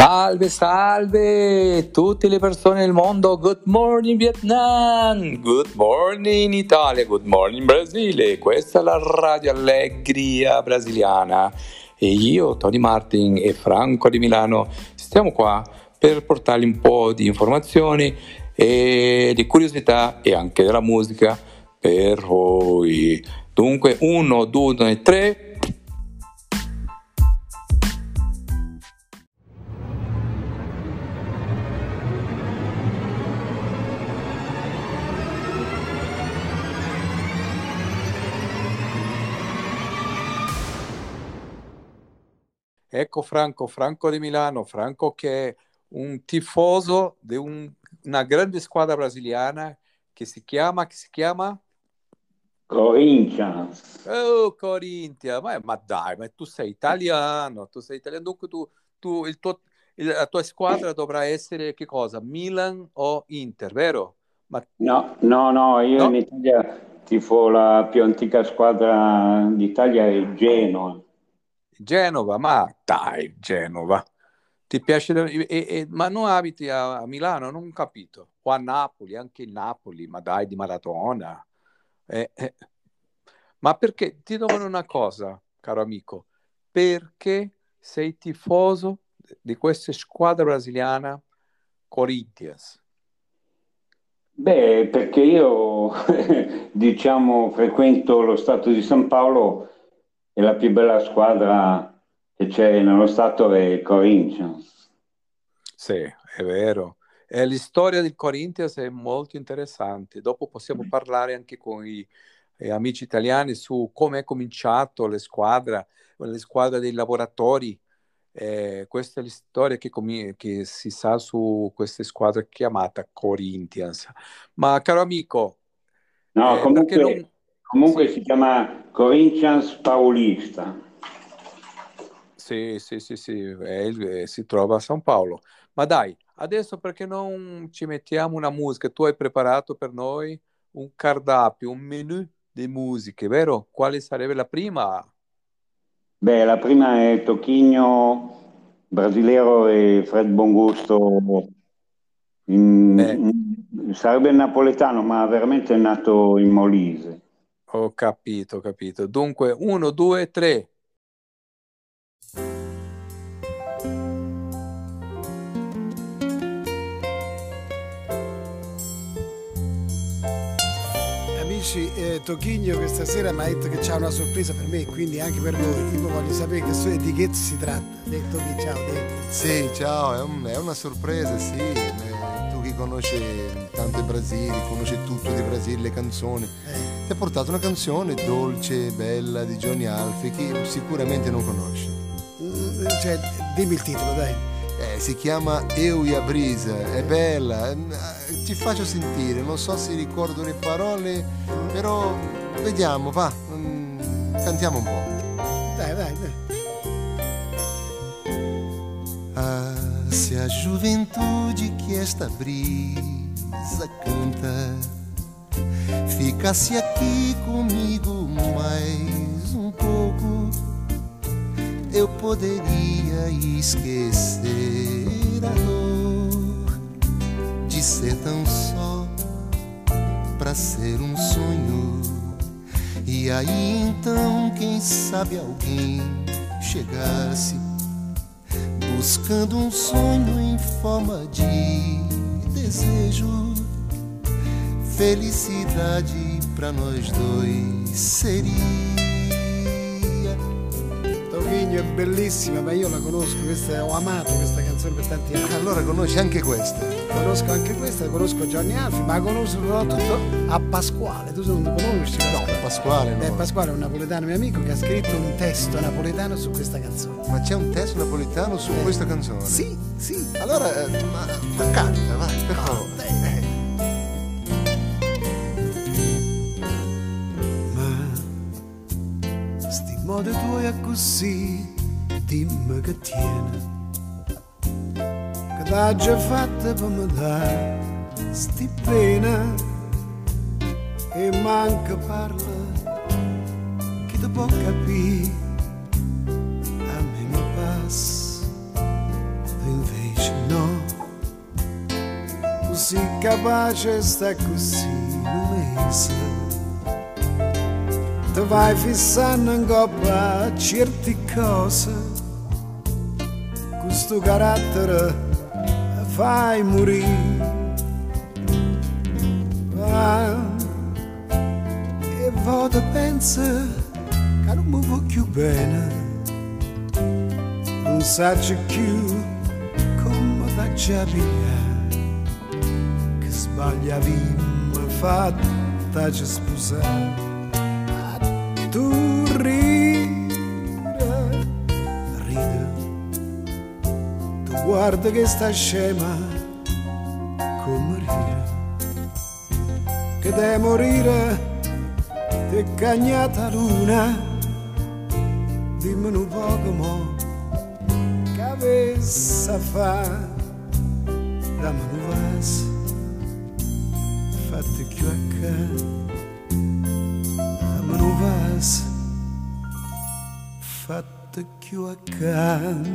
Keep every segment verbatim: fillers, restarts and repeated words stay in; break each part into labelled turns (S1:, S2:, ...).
S1: Salve, salve tutte le persone del mondo. Good morning Vietnam, good morning Italia, good morning Brasile. Questa è la Radio Allegria brasiliana e io, Tony Martin e Franco di Milano stiamo qua per portargli un po' di informazioni e di curiosità e anche della musica per voi. Dunque, uno, due e tre. Ecco Franco, Franco di Milano, Franco che è un tifoso di un- una grande squadra brasiliana che si chiama, che si chiama?
S2: Corinthians.
S1: Oh, Corinthians, ma, ma dai, ma tu sei italiano, tu sei italiano, dunque tu, tu- il tuo- il- la tua squadra dovrà essere che cosa? Milan o Inter, vero? Ma
S2: No, no, no, io in
S1: no?
S2: Italia tifo la più antica squadra d'Italia, è il Genoa.
S1: Genova, ma dai, Genova. Ti piace, e- e- ma non abiti a, a Milano? Non ho capito. O a Napoli, anche il Napoli, ma dai, di Maradona. Eh, eh. Ma perché, ti domando una cosa, caro amico, perché sei tifoso di questa squadra brasiliana Corinthians?
S2: Beh, perché io, diciamo, frequento lo Stato di San Paolo e la più bella squadra che c'è nello Stato è il Corinthians.
S1: Sì, è vero. E la storia del Corinthians è molto interessante. Dopo possiamo parlare anche con i eh, amici italiani su come è cominciato le squadre, le squadre dei lavoratori. Eh, questa è la storia che, comi- che si sa su questa squadra chiamata Corinthians. Ma caro amico,
S2: No,
S1: eh, perché non...
S2: comunque, comunque
S1: Sì,
S2: si chiama Corinthians Paulista.
S1: sì, sì, sì, sì, è il- eh, si trova a San Paolo. Ma dai, adesso perché non ci mettiamo una musica? Tu hai preparato per noi un cardápio, un menù di musiche, vero? Quale sarebbe la prima?
S2: Beh, la prima è Tocchigno, Brasilero e Fred Bongusto.
S1: Eh,
S2: in- in- sarebbe napoletano, ma veramente è nato in Molise.
S1: ho capito, ho capito. Dunque, uno, due, tre.
S3: Amici, eh, Tochigno questa sera mi ha detto che c'ha una sorpresa per me, quindi anche per voi. Io voglio sapere che so- di che si tratta. Detto che ciao, detto.
S4: Sì, ciao, è, un- è una sorpresa, sì. Eh, tu che conosci tanto il Brasile, conosci tutto di Brasile, le canzoni,
S3: Eh,
S4: ti ha portato una canzone dolce, bella di Johnny Alfi che sicuramente non conosci.
S3: mm, cioè, dimmi il titolo, dai.
S4: Eh, si chiama Eu e a Brisa, è bella, eh, ti faccio sentire, non so se ricordo le parole, però vediamo, va, mm, cantiamo un po'.
S3: Dai, dai, dai.
S4: Ah, se a juventude que esta brisa canta ficasse aqui comigo mais um pouco, eu poderia esquecer a dor de ser tão só pra ser um sonho. E aí então, quem sabe alguém chegasse buscando um sonho em forma de desejo. Felicidade pra nós dois seria.
S3: Tochigno è bellissima, ma io la conosco, questa, ho amato questa canzone per tanti anni.
S4: Allora conosci anche questa?
S3: Conosco anche questa, conosco Johnny Alfi, ma conosco soprattutto a Pasquale. Tu non lo conosci?
S4: No,
S3: Pasquale?
S4: Pasquale
S3: Beh,
S4: no.
S3: Pasquale è un napoletano mio amico che ha scritto un testo napoletano su questa canzone.
S4: Ma c'è un testo napoletano su
S3: Eh,
S4: questa canzone?
S3: Sì, sì.
S4: Allora, eh, ma, ma canta, vai, per favore. Eh.
S3: Ma sti modi tuoi è così, dimmi che tiene. Che t'ha già fatta per me dare sti pena. E manca parla, chi ti può capire. A me mi passa d'inverno. si capace sta così un mese, ti vai fissando in coppa a certe cose, questo carattere fai morire. Va e vado pensa che non mi voglio bene, non saggio più come da già via, che sbaglia vimma fatta ci sposare. A tu ride, ride, tu guarda che sta scema come ride, che deve morire ti cagnata luna, dimmi un poco mo che avesse fa, dammi un vaso fatti più a ca, dammi un vaso fatti più a ca.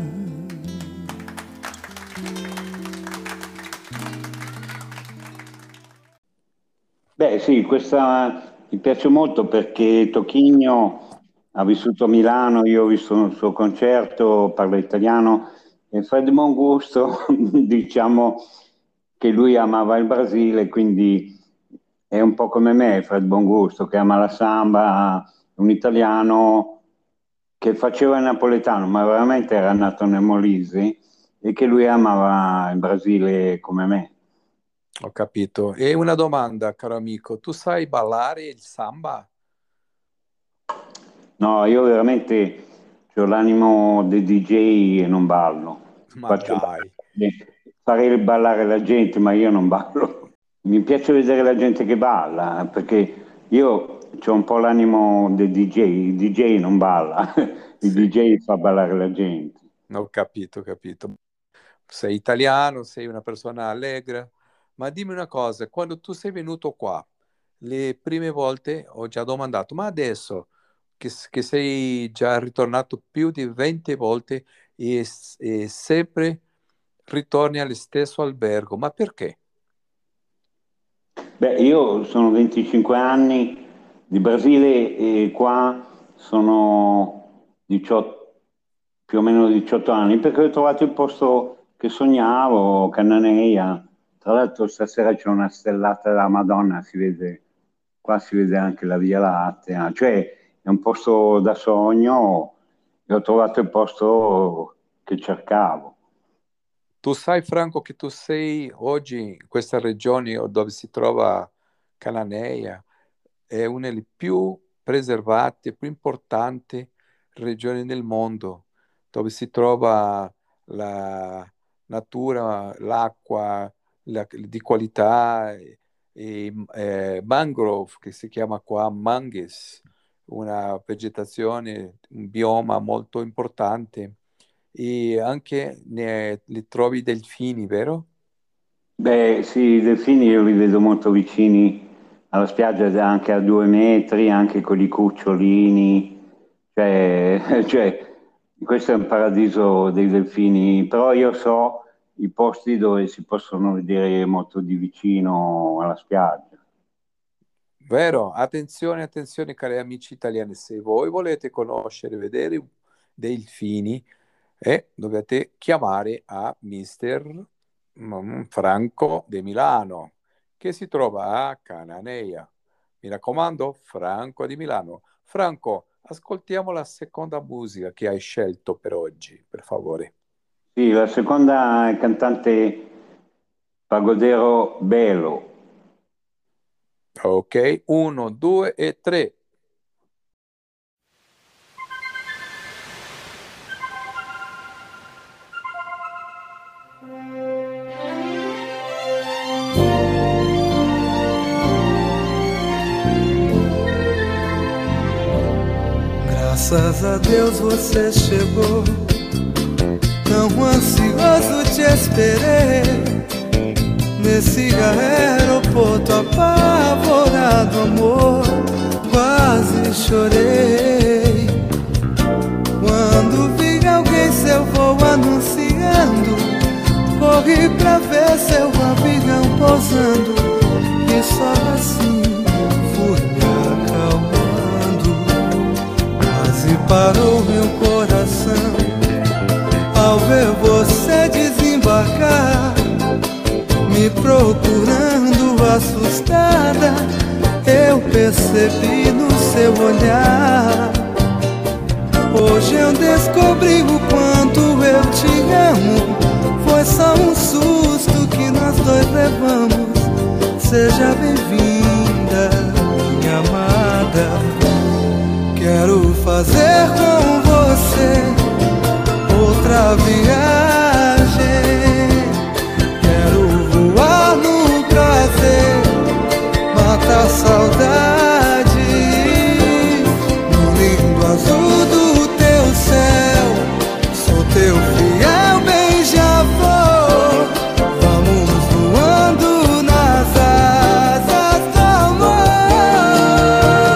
S2: Beh sì, questa mi piace molto perché Toquinho ha vissuto a Milano, io ho visto un suo concerto, parla italiano, e Fred Mongusto diciamo che lui amava il Brasile, quindi è un po' come me Fred Mongusto, che ama la samba, un italiano che faceva il napoletano, ma veramente era nato nel Molise, e che lui amava il Brasile come me.
S1: Ho capito. E una domanda, caro amico, tu sai ballare il samba?
S2: No, io veramente ho l'animo dei D J e non ballo.
S1: Ma
S2: Faccio
S1: dai.
S2: ballare, farei ballare la gente, ma io non ballo. Mi piace vedere la gente che balla, perché io ho un po' l'animo dei D J, il D J non balla, il
S1: Sì.
S2: D J fa ballare la gente.
S1: Ho capito, ho capito. Sei italiano, sei una persona allegra, ma dimmi una cosa, quando tu sei venuto qua, le prime volte ho già domandato, ma adesso che, che sei già ritornato più di venti volte e, e sempre ritorni allo stesso albergo, ma perché?
S2: Beh, io sono venticinque anni di Brasile e qua sono diciotto, più o meno diciotto anni, perché ho trovato il posto che sognavo, Cananeia. Tra l'altro stasera c'è una stellata della Madonna, si vede, qua si vede anche la Via Lattea, cioè è un posto da sogno e ho trovato il posto che cercavo.
S1: Tu sai, Franco, che tu sei oggi in questa regione dove si trova Cananeia, è una delle più preservate, più importanti regioni nel mondo, dove si trova la natura, l'acqua la- di qualità, e, e, eh, mangrove, che si chiama qua mangues, una vegetazione, un bioma molto importante, e anche ne, li trovi delfini, vero?
S2: Beh, sì, i delfini io li vedo molto vicini alla spiaggia, anche a due metri, anche con i cucciolini, cioè, cioè, questo è un paradiso dei delfini, però io so i posti dove si possono vedere molto di vicino alla spiaggia.
S1: Vero? Attenzione, attenzione, cari amici italiani, se voi volete conoscere, vedere delfini, eh, dovete chiamare a mister mm, Franco de Milano, che si trova a Cananeia. Mi raccomando, Franco di Milano. Franco, ascoltiamo la seconda musica che hai scelto per oggi, per favore.
S2: Sì, la seconda è il cantante Pagodero Belo.
S1: Ok, uno, due e tre.
S5: Graças a Deus você chegou, tão ansioso te esperei, nesse aeroporto apavorado, amor, quase chorei. Quando vi alguém seu voo anunciando, corri pra ver seu avião pousando. parou meu coração ao ver você desembarcar, me procurando assustada. Eu percebi no seu olhar. Hoje eu descobri o quanto eu te amo. Foi só um susto que nós dois levamos. Seja bem-vinda, minha amada. Quero fazer com você outra viagem. Quero voar no prazer, matar a saudade no lindo azul do teu céu. Sou teu fiel beija-flor. Vamos voando nas asas do amor.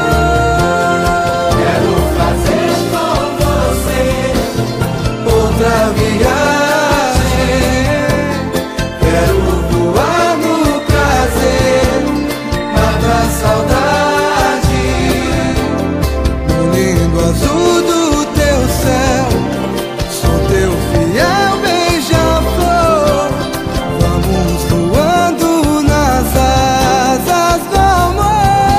S5: Quero fazer com você outra viagem. Quero voar no prazer, matar a saudade no lindo azul do teu céu. Sou teu fiel beija-flor. Vamos voando nas asas do amor.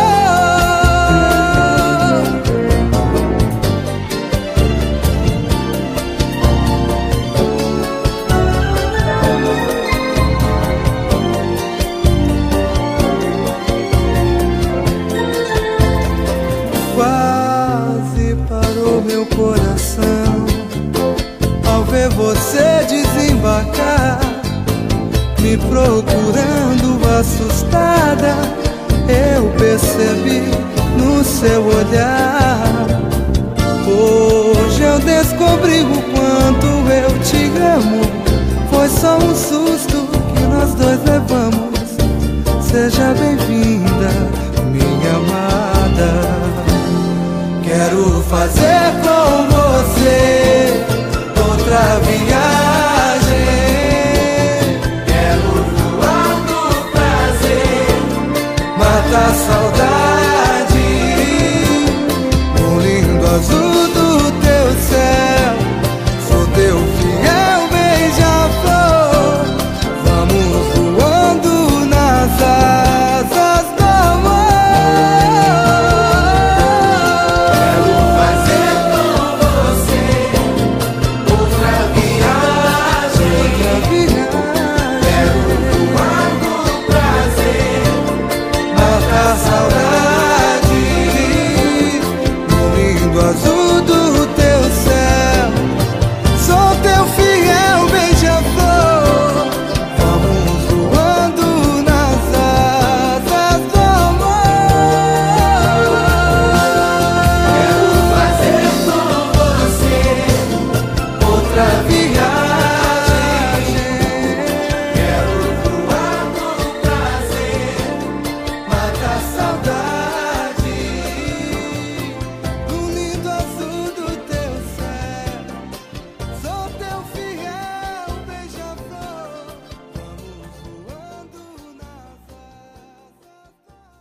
S5: Quase parou meu coração ao ver você desembarcar, me procurando assustada. Eu percebi no seu olhar. Hoje eu descobri o quanto eu te amo. Foi só um susto que nós dois levamos. Seja bem-vinda, minha amada. Quero fazer com você outra viagem. Quero voar no prazer, matar a saudade no lindo azul do teu céu. Sou teu fiel beija-flor. Vamos voando nas asas do amor. Quero fazer com você outra viagem. Quero voar no prazer, matar a saudade no lindo azul do teu céu. Sou teu fiel beija-flor. Vamos voando nas asas do amor. Quero fazer com você outra viagem. Quero voar no prazer, matar a saudade no lindo azul do teu céu. Sou teu fiel beija-flor. Vamos voando nas asas.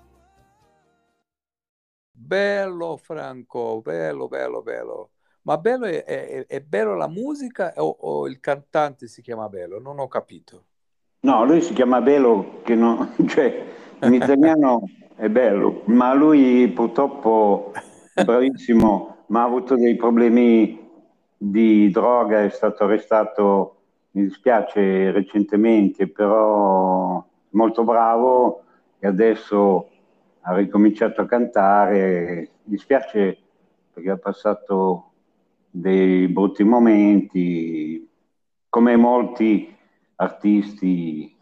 S1: Bello Franco, bello, bello, bello. Ma bello è, è- è bello la musica o, o il cantante si chiama Bello? Non ho capito.
S2: No, lui si chiama Belo, che no, cioè in italiano è bello, ma lui purtroppo è bravissimo, ma ha avuto dei problemi di droga, è stato arrestato, mi dispiace, recentemente, però molto bravo e adesso ha ricominciato a cantare. Mi dispiace perché ha passato dei brutti momenti, come molti artisti.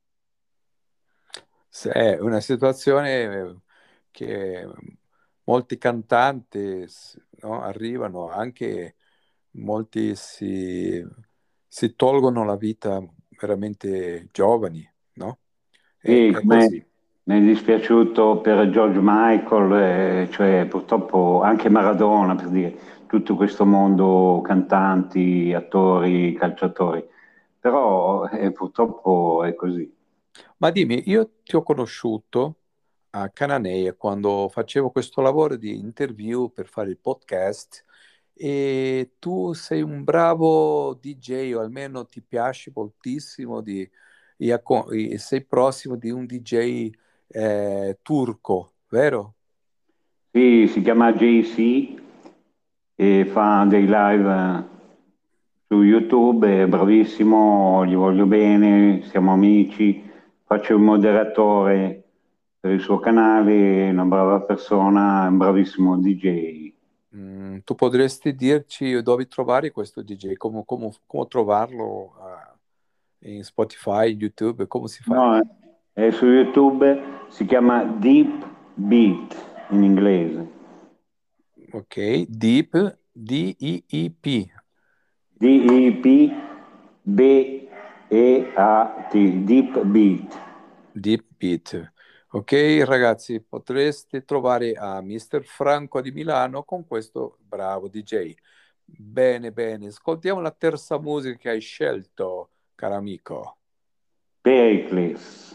S1: Se È una situazione che molti cantanti s- no, arrivano, anche molti si, si tolgono la vita veramente giovani, no? È,
S2: Sì,
S1: è
S2: come
S1: così.
S2: mi è dispiaciuto per George Michael, eh, cioè purtroppo anche Maradona, per dire, tutto questo mondo cantanti, attori, calciatori, però eh, purtroppo è così.
S1: Ma dimmi, io ti ho conosciuto a Cananea quando facevo questo lavoro di interview per fare il podcast e tu sei un bravo D J, o almeno ti piace moltissimo di, e acco- e sei prossimo di un D J eh, turco, vero?
S2: Sì, si chiama J C e fa dei live eh, su YouTube, è bravissimo, gli voglio bene, siamo amici, faccio il moderatore per il suo canale, è una brava persona, è un bravissimo D J.
S1: Mm, tu potresti dirci dove trovare questo D J, come, come- come trovarlo eh, in Spotify, YouTube, come si fa?
S2: No, è su YouTube, si chiama Deep Beat in inglese.
S1: Ok, Deep, D I I P,
S2: D E P B E A T, Deep Beat.
S1: Deep Beat. Ok, ragazzi, potreste trovare a mister Franco di Milano con questo bravo D J. Bene, bene, ascoltiamo la terza musica che hai scelto, caro amico.
S2: Pericles.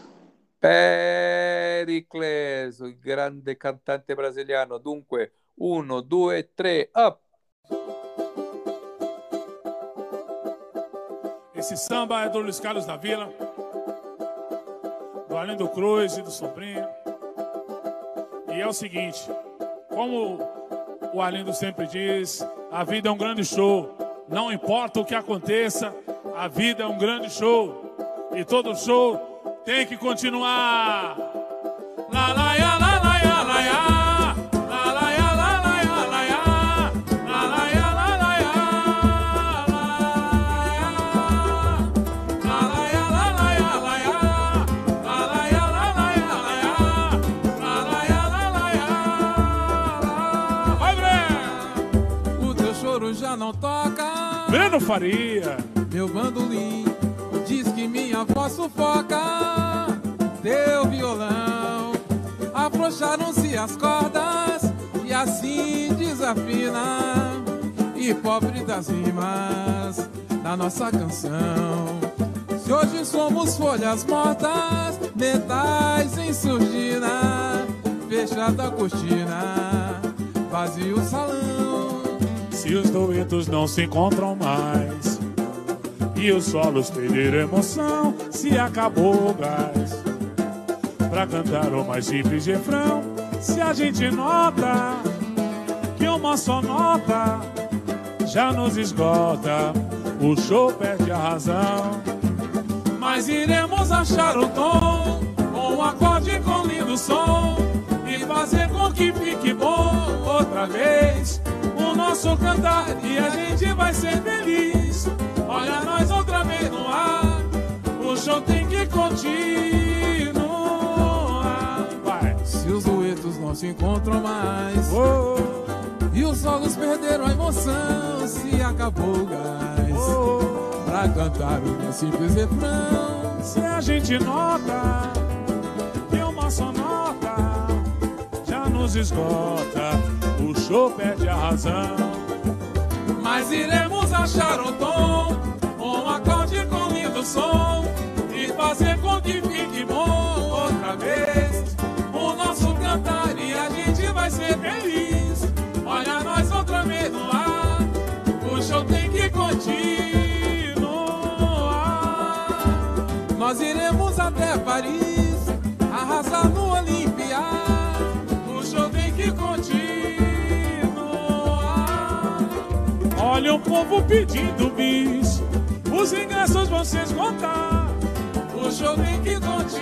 S1: Pericles, il grande cantante brasiliano. Dunque, uno, due, tre, up!
S6: Esse samba é do Luiz Carlos da Vila, do Arlindo Cruz e do Sobrinho. E é o seguinte, como o Arlindo sempre diz, a vida é um grande show. Não importa o que aconteça, a vida é um grande show. E todo show tem que continuar. La la ya, la la ya, la ya. La la ya, la la ya, la ya. La la ya, la la ya, la ya. La la ya, la la ya, la ya. La la ya, la la ya, la ya. La la ya, la la ya, la. Vai, Breno!
S5: O teu choro já não toca.
S6: Breno Faria.
S5: Meu bandolim diz que minha voz sufoca. Teu violão afrouxaram-se as cordas e assim desafina. E pobre das rimas da nossa canção. Se hoje somos folhas mortas, metais em surdina, fechada a cortina, vazio o salão.
S6: Se os duetos não se encontram mais e os solos perderam emoção, se acabou o gás pra cantar o mais simples refrão. Se a gente nota que uma só nota já nos esgota, o show perde a razão. Mas iremos achar o tom, com um acorde com lindo som, e fazer com que fique bom outra vez o nosso cantar, e a gente vai ser feliz. Olha nós outra vez no ar, o show tem que continuar. Vai.
S5: Se os duetos não se encontram mais,
S6: Oh,
S5: e os solos perderam a emoção, se acabou o gás
S6: oh.
S5: pra cantar o meu simples refrão.
S6: Se a gente nota que uma só nota já nos esgota, o show perde a razão.
S5: Mas iremos achar o tom, um acorde com lindo som, e fazer com que fique bom outra vez o nosso cantar, e a gente vai ser feliz. Olha nós outra vez no ar, o show tem que continuar. Nós iremos até Paris, arrasar no Olimpia, o show tem que continuar.
S6: Olha o povo pedindo bis, os ingressos vão se esgotar,
S5: O show tem que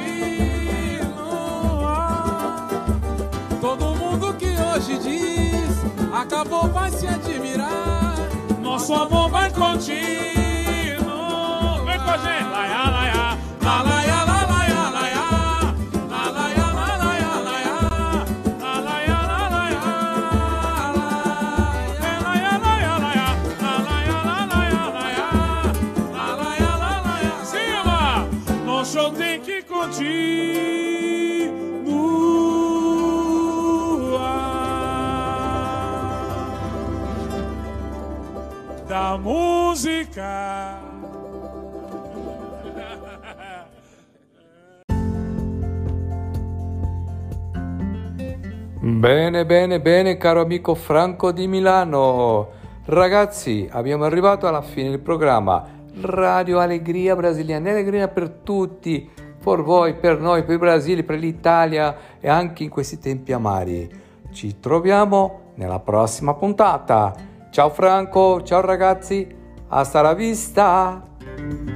S5: continuar. Todo mundo que hoje diz acabou vai se admirar.
S6: nosso amor vai continuar. Vem com a gente, laiá, laiá,
S5: La la ya, la la ya, la ya.
S6: la la ya, la la ya, la ya, la la ya, la la ya, la la ya, la ya, la ya, la la ya, la la ya, la ya, la la ya, la la ya. Cima, nosso show tem que continuar. Da música.
S1: Bene, bene, bene, caro amico Franco di Milano. Ragazzi, abbiamo arrivato alla fine del programma Radio Allegria Brasiliana, allegria per tutti, per voi, per noi, per il Brasile, per l'Italia e anche in questi tempi amari. Ci troviamo nella prossima puntata. Ciao Franco, ciao ragazzi, hasta la vista!